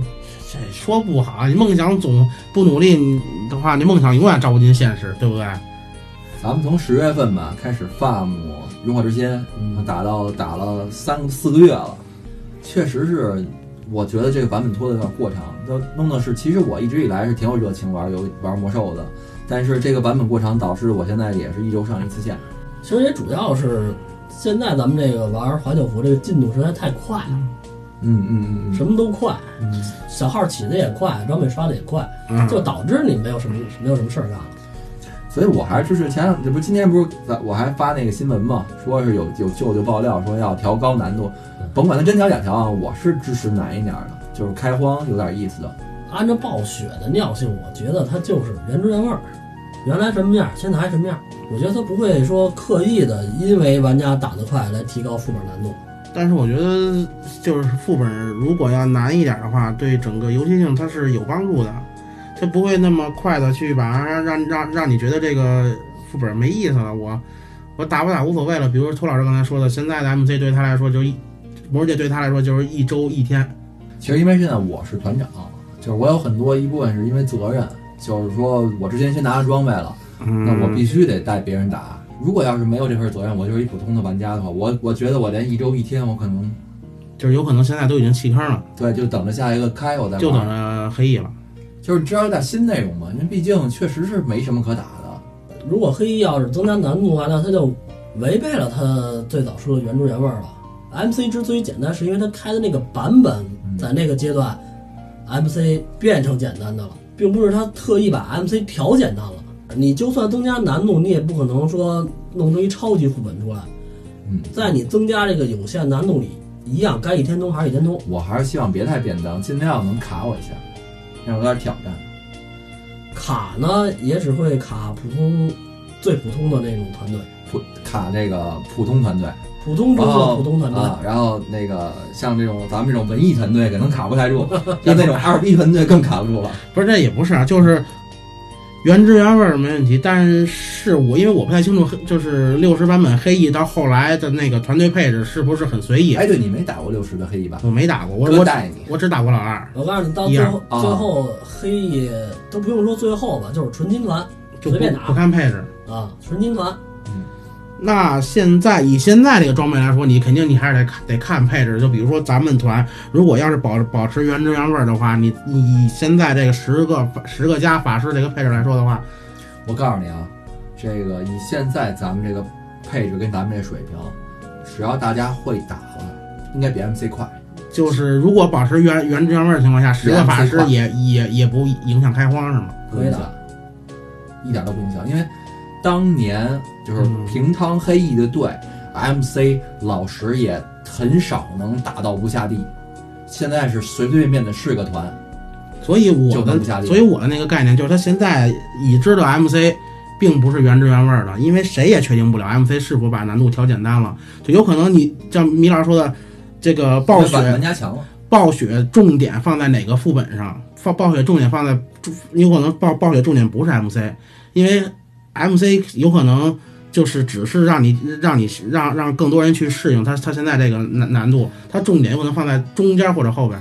这说不好，你梦想总不努力的话，你梦想永远照不进现实，对不对？ 咱们从十月份吧开始 ，Farm 熔火之仙， 嗯打到打了三四个月了，确实是，我觉得这个版本拖的有点过长。都弄的是，其实我一直以来是挺有热情玩游玩魔兽的，但是这个版本过长导致我现在也是一周上一次线。 其实也主要是现在咱们这个玩怀旧服这个进度实在太快了， 嗯嗯嗯， 什么都快， 嗯， 小号起的也快，装备刷的也快， 嗯， 就导致你没有什么没有什么事儿干了。 所以我还是支持前两，这不今天不是我还发那个新闻嘛，说是有有舅舅爆料说要调高难度，甭管它真调假调啊，我是支持难一点的，就是开荒有点意思的。 按照暴雪的尿性，我觉得它就是原汁原味儿，原来什么样，现在还什么样。我觉得它不会说刻意的因为玩家打得快来提高副本难度。 但是我觉得就是副本如果要难一点的话，对整个游戏性它是有帮助的，它不会那么快的去把它让让让你觉得这个副本没意思了。我我打不打无所谓了。比如托老师刚才说的，现在的 M C 对他来说就一魔兽界对他来说就是一周一天。 其实因为现在我是团长，就是我有很多一部分是因为责任，就是说我之前先拿了装备了， 嗯， 那我必须得带别人打。如果要是没有这份责任，我就是一普通的玩家的话，我我觉得我连一周一天，我可能就是有可能现在都已经弃坑了， 对，就等着下一个开我再玩， 就等着黑翼了。 就是知道点新内容嘛，因为毕竟确实是没什么可打的。 如果黑衣要是增加难度的话，那它就违背了它最早说的原汁原味了。M C 之所以简单，是因为它开的那个版本在那个阶段、嗯、M C 变成简单的了，并不是它特意把 M C 调简单了。你就算增加难度，你也不可能说弄出一超级副本出来。 嗯， 在你增加这个有限难度里，一样该一天通还是一天通。 我还是希望别太便当，尽量能卡我一下，让我有点挑战。 卡呢，也只会卡普通、最普通的那种团队， 普卡这个普通团队， 普通中的普通团队、 啊。然后那个像这种咱们这种文艺团队可能卡不太住，像那种二逼团队更卡不住了。 不是，这也不是啊，就是原汁原味儿没问题，但是我因为我不太清楚，就是六十版本黑翼到后来的那个团队配置是不是很随意？ 哎，对，你没打过六十的黑翼吧？ 我没打过，我我带你， 我只打过老二。 我告诉你，到最后最后黑翼都不用说最后吧，就是纯金团， 就随便打， 不看配置啊，纯金团。 嗯， 那现在以现在这个装备来说，你肯定你还是得看得看配置。就比如说咱们团，如果要是保保持原汁原味的话，你你以现在这个十个十个加法师这个配置来说的话， 我告诉你啊，这个以现在咱们这个配置跟咱们这水平，只要大家会打了，应该比 M C 快。 就是如果保持原原汁原味的情况下，十个法师也也也不影响开荒是吗？ 不影响，一点都不影响，因为当年就是平汤黑翼的队、嗯、M C 老实也很少能打到无下地，现在是随随便便的是个团。 所以我的所以我的那个概念就是，他现在已知道 M C 并不是原汁原味的，因为谁也确定不了 M C 是否把难度调简单了，就有可能你像米老师说的，这个暴雪玩家强了， 暴雪重点放在哪个副本上？放暴雪重点放在有可能暴暴雪重点不是 M C， 因为 M C 有可能就是只是让你让你让让更多人去适应它它现在这个难难度，它重点有可能放在中间或者后边。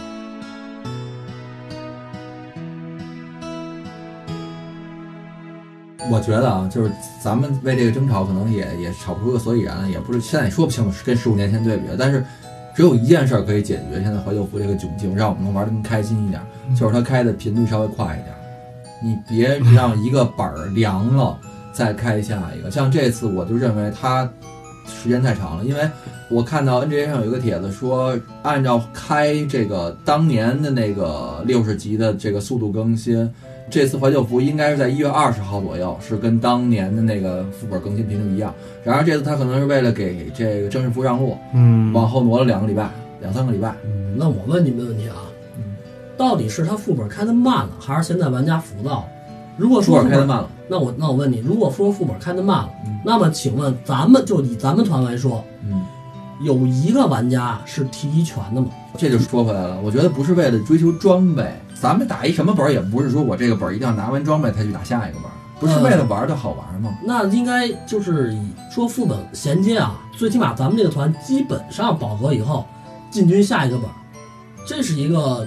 我觉得啊，就是咱们为这个争吵，可能也也吵不出个所以然，也不是现在也说不清楚是跟十五年前对比的。但是只有一件事可以解决现在怀旧服这个窘境，让我们能玩得更开心一点，就是它开的频率稍微快一点。你别让一个本儿凉了再开下一个。像这次我就认为它时间太长了，因为我看到 N G A 上有一个帖子说，按照开这个当年的那个六十级的这个速度更新。这次怀旧服应该是在一月二十号左右，是跟当年的那个副本更新频率一样。然而这次他可能是为了给这个正式服让路，嗯，往后挪了两个礼拜、两三个礼拜。 嗯，那我问你们问题啊，嗯，到底是他副本开的慢了，还是现在玩家浮躁了？如果说副本开的慢了， 那我那我问你，如果说副本开的慢了，嗯，那么请问咱们就以咱们团来说，嗯，有一个玩家是提一拳的吗？ 这就说回来了，我觉得不是为了追求装备。咱们打一什么本也不是说我这个本一定要拿完装备才去打下一个本，不是为了玩的好玩吗？ 呃、那应该就是以说副本衔接啊，最起码咱们这个团基本上饱和以后进军下一个本，这是一个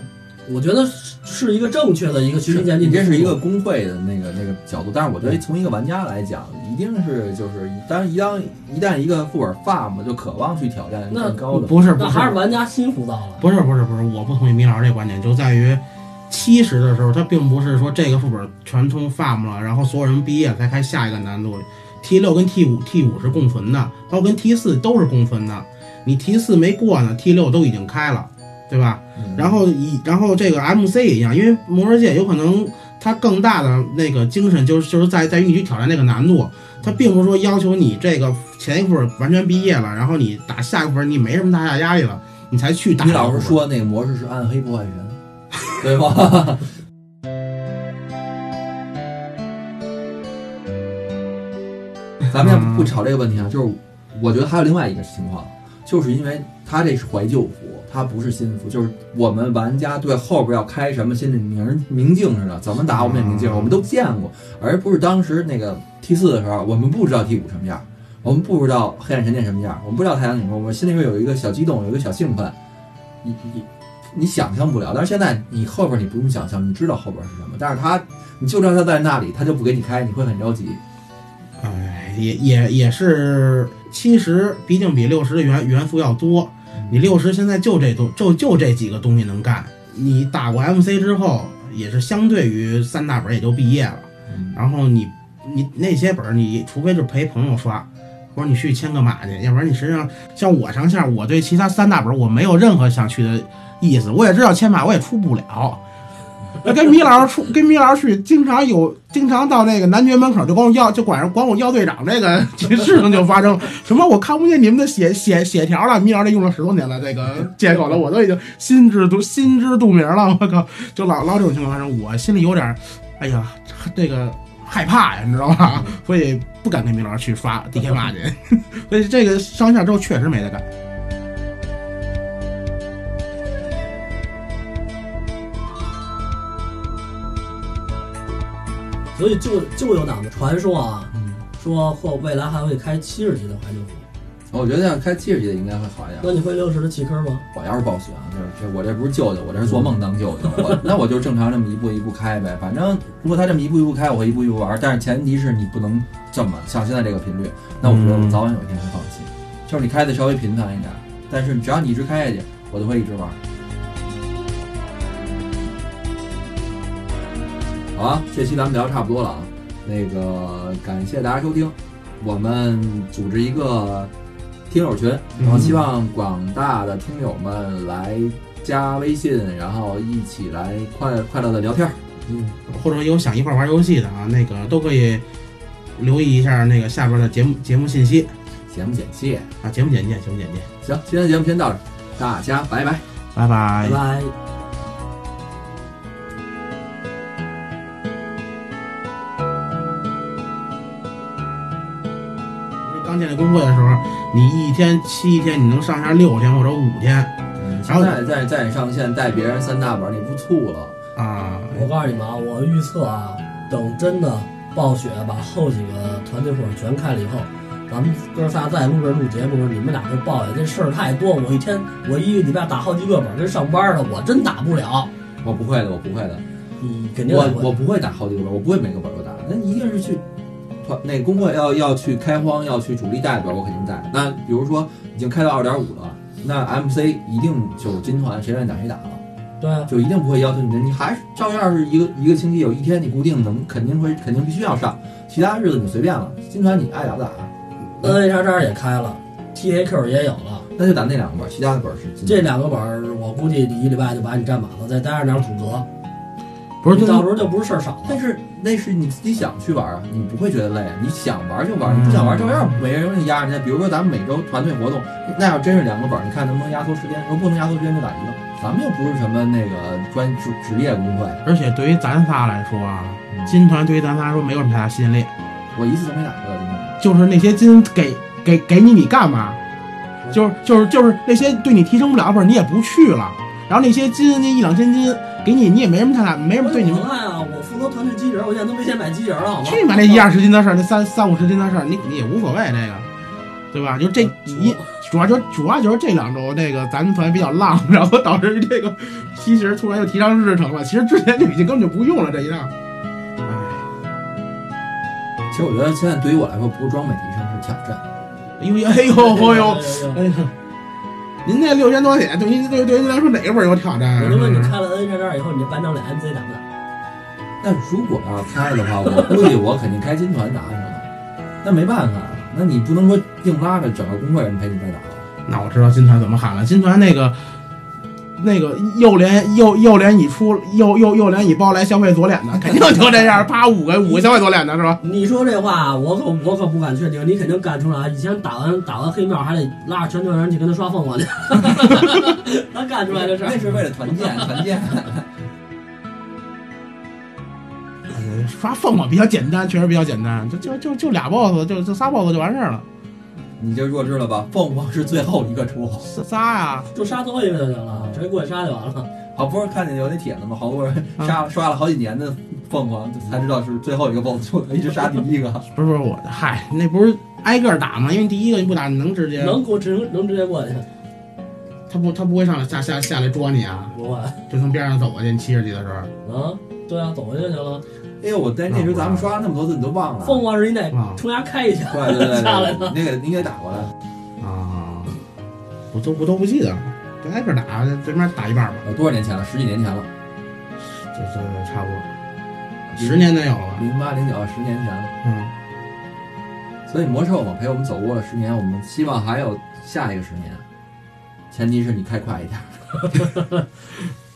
我觉得是一个正确的一个循序渐进。 你这是一个工会的那个那个角度，但是我觉得从一个玩家来讲，一定是就是当一当一旦一个副本 farm 就渴望去挑战更高的， 不是不是， 那还是玩家心浮躁了。 不是不是不是，我不同意米老师这观点，就在于七十的时候，它并不是说这个副本全通 farm 了，然后所有人毕业才开下一个难度。T 六跟 T 五 T 五是共存的，包括跟 T 四都是共存的。你 T 四没过呢 ，T 六都已经开了，对吧？ 嗯、 然后以然后这个 M C 也一样，因为魔兽世界有可能它更大的那个精神就是就是在在于你去挑战那个难度，它并不是说要求你这个前一个副本完全毕业了，然后你打下一个副本你没什么大下压力了，你才去打。 你老是说那个模式是暗黑破坏神，对吗？咱们先不吵这个问题啊，就是我觉得还有另外一个情况，就是因为它这是怀旧服，它不是新服，就是我们玩家对后边要开什么新的明明镜似的，怎么打我们也明镜，我们都见过，而不是当时那个 T 四的时候，我们不知道 T 五什么样，我们不知道黑暗神殿什么样，我们不知道太阳女，我们心里面有一个小激动，有一个小兴奋，你你你想象不了。但是现在你后边你不用想象，你知道后边是什么，但是他你就知道他在那里，他就不给你开，你会很着急。 哎，也也也是七十，毕竟比六十的元元素要多。你六十现在就这东就就这几个东西能干。你打过 M C 之后，也是相对于三大本也就毕业了。 嗯、 然后你你那些本，你除非是陪朋友刷，或者你去牵个马去，要不然你实际上像我上线，我对其他三大本我没有任何想去的意思。我也知道牵马我也出不了。跟米老师出，跟米老师去，经常有，经常到那个男爵门口就管我要，就管管我要队长，这个事情就发生。什么我看不见你们的血血血条了，米老师用了十多年了，这个接口了，我都已经心知肚心知肚明了。我靠，就老老这种情况发生，我心里有点，哎呀，这个害怕呀，你知道吧？所以不敢跟米老师去刷 D K 骂去。所以这个上线之后确实没得干。 所以就就有党的传说啊，嗯、说后未来还会开七十级的怀旧服。 我觉得要开七十级的应该会好一点。 那你会六十的弃坑吗？ 我要是暴雪啊，就是我这不是舅舅，我这是做梦当舅舅。我那我就正常这么一步一步开呗。反正如果他这么一步一步开，我会一步一步玩。但是前提是你不能这么像现在这个频率。那我觉得我早晚有一天会放弃。嗯、就是你开的稍微频繁一点，但是只要你一直开下去，我就会一直玩。好啊，这期咱们聊得差不多了啊。那个感谢大家收听，我们组织一个听友群，然后希望广大的听友们来加微信，然后一起来快快乐的聊天。 嗯，或者有想一块玩游戏的啊，那个都可以留意一下那个下边的节目节目信息、 节目简介啊，节目简介，节目简介。 行，今天的节目先到这，大家拜拜， 拜拜， 拜拜。 刚进来工会的时候，你一天七天，你能上下六天或者五天。 嗯，然后再再再上线带别人三大本，你不吐了啊？ 我告诉你们啊，我预测啊，等真的暴雪把后几个团队副本全开了以后，咱们哥仨再录这录节目时，你们俩就抱怨这事儿太多。我一天我一个礼拜打好几个本，跟上班的，我真打不了。 我不会的，我不会的， 你肯定我我不会打好几个本，我不会每个本都打，那一定是去。那个工会要要去开荒，要去主力带本，我肯定带。那比如说已经开到二点五了，那 M C 一定就是金团，谁愿意打谁打了。 对啊， 就一定不会要求你的，你还是照样是一个一个星期有一天你固定能，肯定会肯定必须要上，其他日子你随便了。金团你爱打不打。 N A 叉叉也开了 ，T A Q 也有了， 那就打那两个本，其他的本是金团。 这两个本我估计一礼拜就把你占满了，再加上点主格。 不是， 到时候就不是事儿少了。 但是那是你自己想去玩啊，你不会觉得累，你想玩就玩，你不想玩照样没人给你压人家。比如说咱们每周团队活动，那要真是两个本，你看能不能压缩时间？如果不能压缩时间，就打一个。咱们又不是什么那个专职职业工会， 而且对于咱仨来说啊，嗯、金团对于咱仨来说没有什么太大吸引力。 我一次都没打过金团， 就是那些金给给给你，你干嘛？就是就是就是那些对你提升不了的本，你也不去了。然后那些金，那一两千金给你，你也没什么太大，没什么对你们。 看啊，我负责团队机人，我现在都没钱买机人了，好吗？ 去买那一二十斤的事儿，那三三五十斤的事儿，你你也无所谓这个，对吧？就这你主要就主要就是这两周这个咱团比较浪，然后导致这个其实突然又提上日程了，其实之前就已经根本就不用了这一趟。 其实我觉得现在对于我来说，不是装备提升，是挑战。 哎呦哎呦哎呦哎呦！您那六千多点，对您对对您来说哪个本有挑战？ 我就问你开了 N 三十以后，你这班长脸 N Z 打不打？ 但如果要开的话，我估计我肯定开金团打去了。那没办法，那你不能说硬拉着整个工会人陪你再打。 那我知道金团怎么喊了，金团那个那个右连右右连一出右右右连一包来消费左脸的，肯定就这样，啪五个五个消费左脸的是吧？ 你说这话，我可我可不敢确定，你肯定干出来。以前打完打完黑庙还得拉着全队人去跟他刷凤凰去，他干出来的事儿， 那是为了团建团建。 刷凤凰比较简单，确实比较简单，就就就就俩 boss， 就就仨 boss 就完事儿了。 你就弱智了吧？凤凰是最后一个出， 仨呀， 就杀最后一个就行了，直接过去杀就完了。 好，不是看见有那帖子吗？好多人杀、啊、刷了好几年的凤凰，才知道是最后一个 boss 出的，一直杀第一个。 不是不是我，嗨，那不是挨个打吗？因为第一个你不打，你能直接能过直能直接过去。 他不他不会上来下下下来捉你啊？ 不会， 就从边上走过去。你七十级的时候啊，对啊，走过去就行了。 哎呦，我在那时候咱们刷了那么多次，你都忘了。 凤凰是你得冲牙开一下， 对对对， 下来的。 那个你给打过来啊，我都我都不记得了，就挨个打，这边打一半吧。 有多少年前了？十几年前了。 这这差不多，十年得有了吧？ 零八零九十年前了。 嗯。 所以魔兽嘛，陪我们走过了十年，我们希望还有下一个十年，前提是你开快一点。